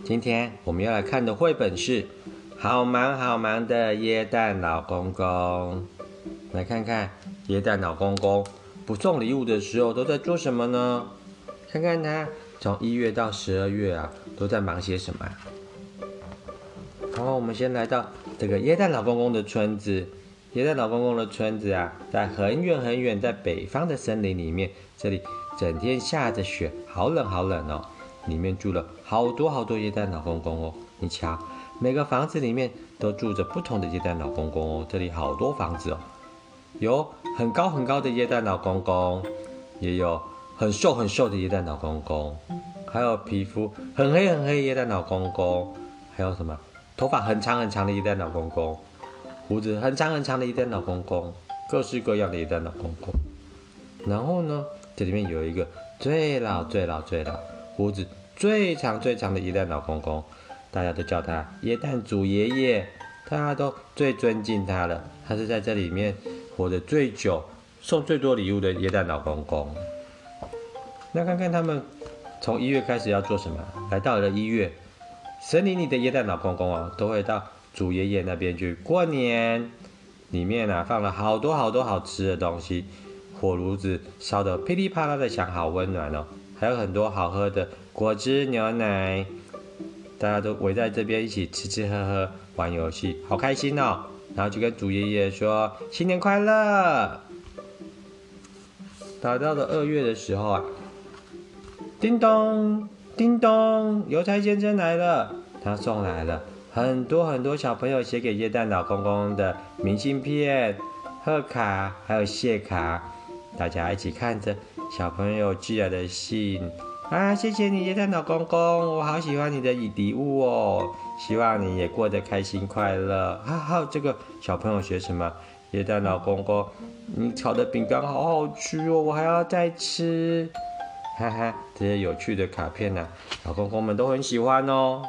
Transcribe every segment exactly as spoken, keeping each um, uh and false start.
今天我们要来看的绘本是《好忙好忙的耶诞老公公》。来看看耶诞老公公不送礼物的时候都在做什么呢？看看他从一月到十二月啊，都在忙些什么？好，我们先来到这个耶诞老公公的村子。耶诞老公公的村子啊，在很远很远，在北方的森林里面，这里整天下着雪，好冷好冷哦。里面住了好多好多耶诞老公公哦。你瞧，每个房子里面都住着不同的耶诞老公公哦。这里好多房子哦，有很高很高的耶诞老公公，也有很瘦很瘦的耶诞老公公，还有皮肤很黑很黑的耶诞老公公，还有什么头发很长很长的耶诞老公公，胡子很长很长的耶诞老公公，各式各样的耶诞老公公。然后呢，这里面有一个最老最老最老，胡子最长最长的耶诞老公公，大家都叫他耶诞祖爷爷，大家都最尊敬他了。他是在这里面活得最久，送最多礼物的耶诞老公公。那看看他们从一月开始要做什么？来到了一月，森林里的耶诞老公公啊，都会到祖爷爷那边去过年。里面啊放了好多好多好吃的东西，火炉子烧得噼里啪啦的响，好温暖哦。还有很多好喝的果汁牛奶，大家都围在这边一起吃吃喝喝，玩游戏，好开心哦。然后就跟祖爷爷说新年快乐。打到了二月的时候啊，叮咚叮咚，邮差先生来了，他送来了很多很多小朋友写给耶诞老公公的明信片、贺卡还有谢卡，大家一起看着小朋友寄来的信啊，谢谢你耶诞老公公，我好喜欢你的礼物哦，希望你也过得开心快乐。哈哈，这个小朋友写什么？耶诞老公公，你炒的饼干好好吃哦，我还要再吃。哈哈，这些有趣的卡片啊，老公公们都很喜欢哦。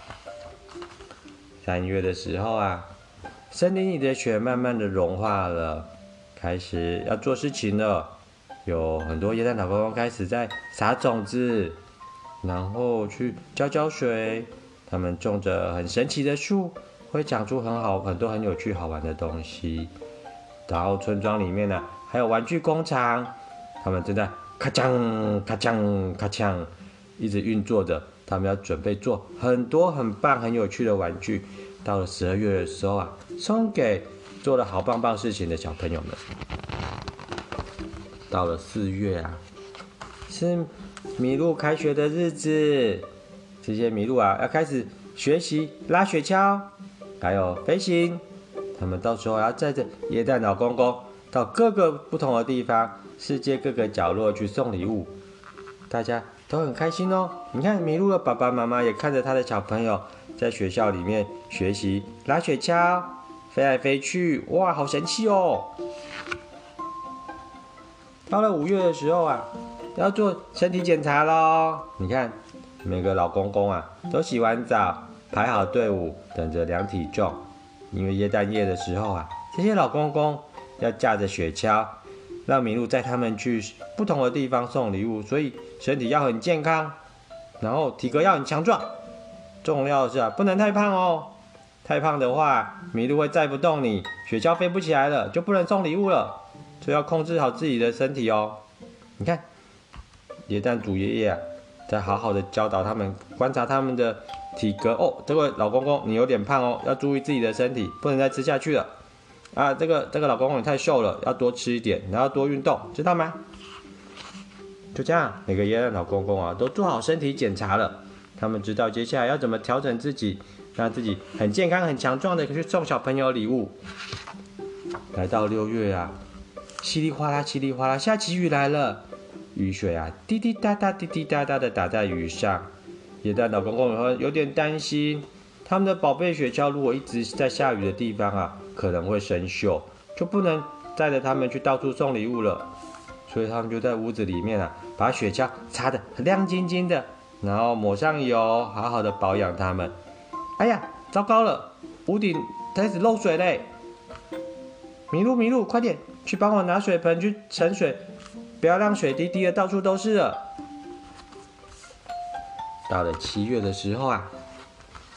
三月的时候啊，森林里的雪慢慢的融化了，开始要做事情了。有很多耶诞老公公开始在撒种子，然后去浇浇水。他们种着很神奇的树，会长出很好很多很有趣好玩的东西。然后村庄里面呢，还有玩具工厂，他们正在咔锵咔锵咔锵一直运作着。他们要准备做很多很棒很有趣的玩具。到了十二月的时候啊，送给做了好棒棒事情的小朋友们。到了四月啊，是麋鹿开学的日子，这些麋鹿啊要开始学习拉雪橇，还有飞行。他们到时候要载着耶诞老公公到各个不同的地方，世界各个角落去送礼物，大家都很开心哦。你看麋鹿的爸爸妈妈也看着他的小朋友在学校里面学习拉雪橇，飞来飞去，哇，好神奇哦！到了五月的时候啊，要做身体检查咯。你看，每个老公公啊都洗完澡，排好队伍，等着量体重。因为耶诞夜的时候啊，这些老公公要驾着雪橇，让麋鹿载他们去不同的地方送礼物，所以身体要很健康，然后体格要很强壮。重要的是啊，不能太胖哦。太胖的话，麋鹿会载不动你，雪橇飞不起来了，就不能送礼物了。所以要控制好自己的身体哦。你看，耶诞祖爷爷啊，在好好的教导他们，观察他们的体格哦。这位老公公，你有点胖哦，要注意自己的身体，不能再吃下去了。啊，这个这个老公公你太瘦了，要多吃一点，然后多运动，知道吗？就这样，每个耶诞老公公啊，都做好身体检查了。他们知道接下来要怎么调整自己，让自己很健康、很强壮的去送小朋友礼物。来到六月啊，稀里哗啦，稀里哗啦，下起雨来了。雨水啊，滴滴答答，滴滴答答的打在雨上。耶诞老公公有点担心，他们的宝贝雪橇如果一直在下雨的地方啊，可能会生锈，就不能载着他们去到处送礼物了。所以他们就在屋子里面啊，把雪橇擦得亮晶晶的，然后抹上油，好好的保养它们。哎呀，糟糕了，屋顶开始漏水嘞！麋鹿，麋鹿，快点去帮我拿水盆去盛水，不要让水滴滴的到处都是了。到了七月的时候啊，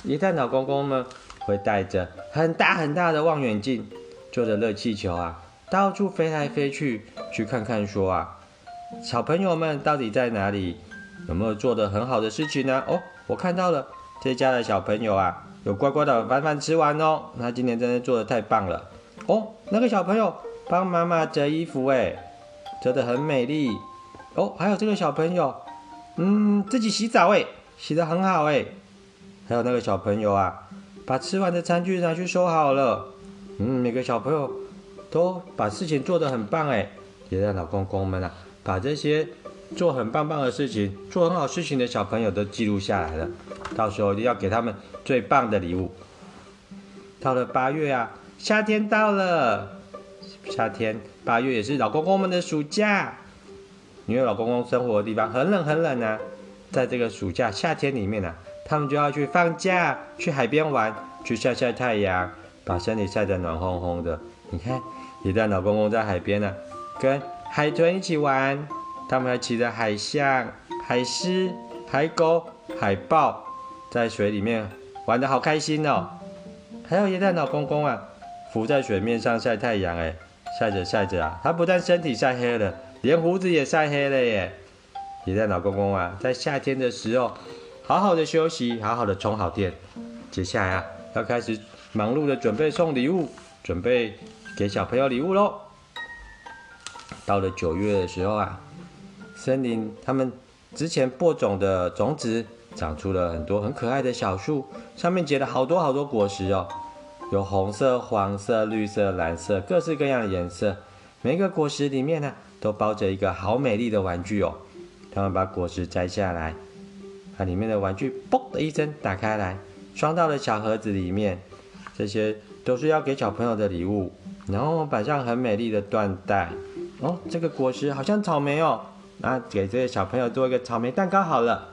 耶诞老公公们会带着很大很大的望远镜，坐着热气球啊，到处飞来飞去，去看看说啊，小朋友们到底在哪里，有没有做得很好的事情呢？哦，我看到了，这家的小朋友啊，有乖乖的把饭吃完哦，他今天真的做得太棒了。哦，那个小朋友帮妈妈折衣服，哎，折得很美丽。哦，还有这个小朋友，嗯，自己洗澡，哎，洗得很好，哎。还有那个小朋友啊，把吃完的餐具拿去收好了。嗯，每个小朋友都把事情做得很棒，哎。耶诞老公公们啊，把这些做很棒棒的事情、做很好事情的小朋友都记录下来了，到时候一定要给他们最棒的礼物。到了八月啊，夏天到了，夏天八月也是老公公们的暑假，因为老公公生活的地方很冷很冷啊，在这个暑假夏天里面啊，他们就要去放假，去海边玩，去晒晒太阳，把身体晒得暖烘烘的。你看，耶诞老公公在海边啊，跟海豚一起玩，他们还骑着海象、海狮、海狗、海豹，在水里面玩得好开心哦。还有耶诞老公公啊，浮在水面上晒太阳，哎，晒着晒着啊，他不但身体晒黑了，连胡子也晒黑了耶。耶诞老公公啊，在夏天的时候，好好的休息，好好的充好电。接下来啊，要开始忙碌的准备送礼物，准备给小朋友礼物喽。到了九月的时候啊，森林他们之前播种的种子长出了很多很可爱的小树，上面结了好多好多果实哦，有红色、黄色、绿色、蓝色，各式各样的颜色。每个果实里面呢，都包着一个好美丽的玩具哦。他们把果实摘下来，把里面的玩具嘣的一声打开来，装到了小盒子里面。这些都是要给小朋友的礼物。然后摆上很美丽的缎带。哦，这个果实好像草莓哦，那给这些小朋友做一个草莓蛋糕好了。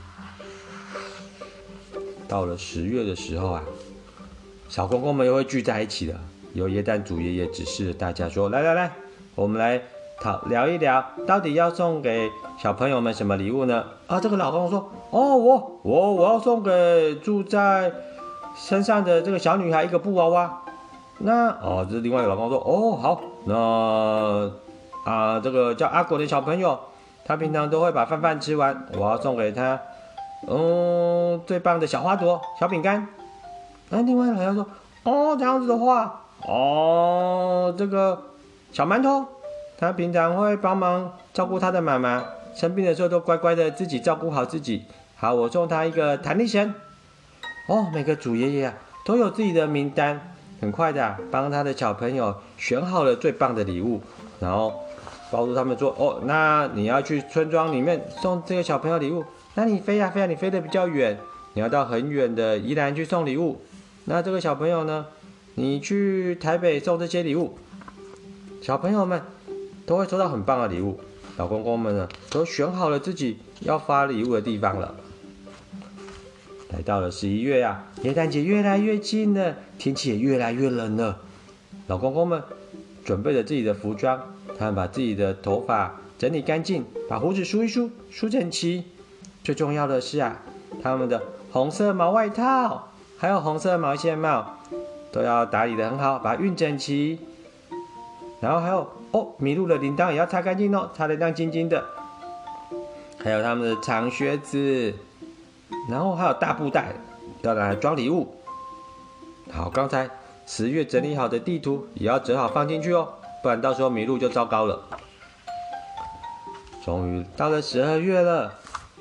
到了十月的时候啊，小公公们又会聚在一起了。由耶诞主爷爷指示大家说：“来来来，我们来讨聊一聊，到底要送给小朋友们什么礼物呢？”啊，这个老公公说：“哦，我我我要送给住在身上的这个小女孩一个布娃娃。”那哦，这是另外一个老公说：“哦，好，那啊，这个叫阿果的小朋友，他平常都会把饭饭吃完，我要送给他。”嗯，最棒的小花朵、小饼干。那另外好像说，哦，这样子的话，哦，这个小馒头，他平常会帮忙照顾他的妈妈，生病的时候都乖乖的自己照顾好自己。好，我送他一个弹力绳。哦，每个祖爷爷啊都有自己的名单，很快的啊帮他的小朋友选好了最棒的礼物，然后告诉他们说，哦，那你要去村庄里面送这个小朋友礼物。那你飞呀飞呀，你飞得比较远，你要到很远的宜兰去送礼物。那这个小朋友呢，你去台北送这些礼物，小朋友们都会收到很棒的礼物。老公公们呢，都选好了自己要发礼物的地方了。来到了十一月呀、啊，耶诞节越来越近了，天气也越来越冷了。老公公们准备了自己的服装，他们把自己的头发整理干净，把胡子梳一梳，梳整齐。最重要的是啊，他们的红色毛外套，还有红色毛线帽，都要打理得很好，把它熨整齐。然后还有哦，麋鹿的铃铛也要擦干净哦，擦得亮晶晶的。还有他们的长靴子，然后还有大布袋，要拿来装礼物。好，刚才十月整理好的地图也要折好放进去哦，不然到时候麋鹿就糟糕了。终于到了十二月了。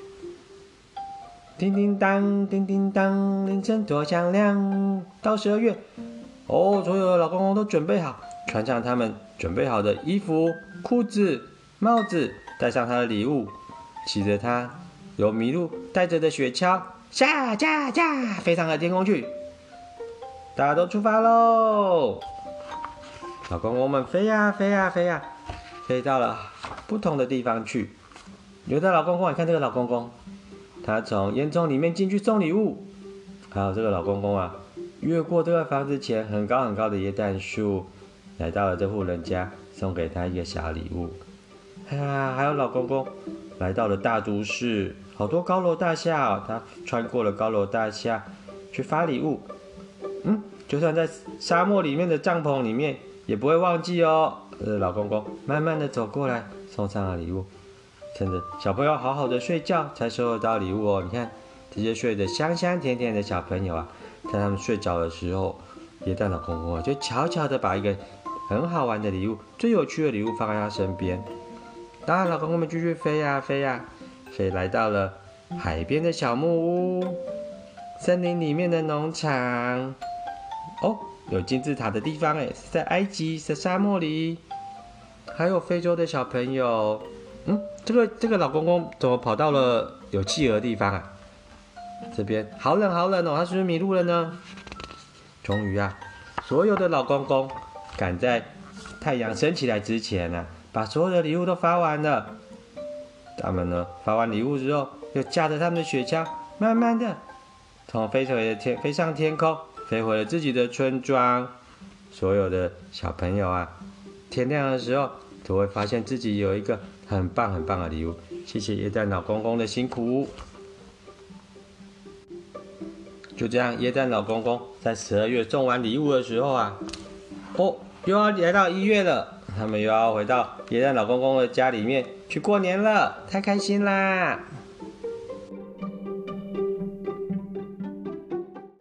叮叮当，叮叮当，铃声多响亮。到十二月，哦，所有的老公公都准备好，穿上他们准备好的衣服、裤子、帽子，带上他的礼物，骑着他由麋鹿带着的雪橇，下驾驾飞上了天空去。大家都出发喽！老公公们飞呀飞呀飞呀，飞到了不同的地方去。有的老公公，你看这个老公公。他从烟囱里面进去送礼物，还有这个老公公啊，越过这个房子前很高很高的椰蛋树，来到了这户人家，送给他一个小礼物。啊，还有老公公来到了大都市，好多高楼大厦哦，他穿过了高楼大厦， 去发礼物。嗯，就算在沙漠里面的帐篷里面，也不会忘记哦。呃，老公公慢慢的走过来，送上了礼物。趁着小朋友好好的睡觉，才收得到礼物哦。你看，这些睡得香香甜甜的小朋友啊，在他们睡着的时候，耶诞老公公啊，就悄悄的把一个很好玩的礼物、最有趣的礼物放在他身边。当然，老公公们继续飞呀、啊、飞呀、啊，飞来到了海边的小木屋，森林里面的农场。哦，有金字塔的地方哎，是在埃及的沙漠里。还有非洲的小朋友。嗯，这个这个老公公怎么跑到了有企鹅的地方啊？这边好冷好冷哦，他是不是迷路了呢？终于啊，所有的老公公赶在太阳升起来之前啊，把所有的礼物都发完了。他们呢，发完礼物之后，又驾着他们的雪橇，慢慢的从飞回了天，飞上天空，飞回了自己的村庄。所有的小朋友啊，天亮的时候都会发现自己有一个很棒很棒的礼物。谢谢耶诞老公公的辛苦。就这样，耶诞老公公在十二月送完礼物的时候啊，哦，又要来到一月了，他们又要回到耶诞老公公的家里面去过年了，太开心啦！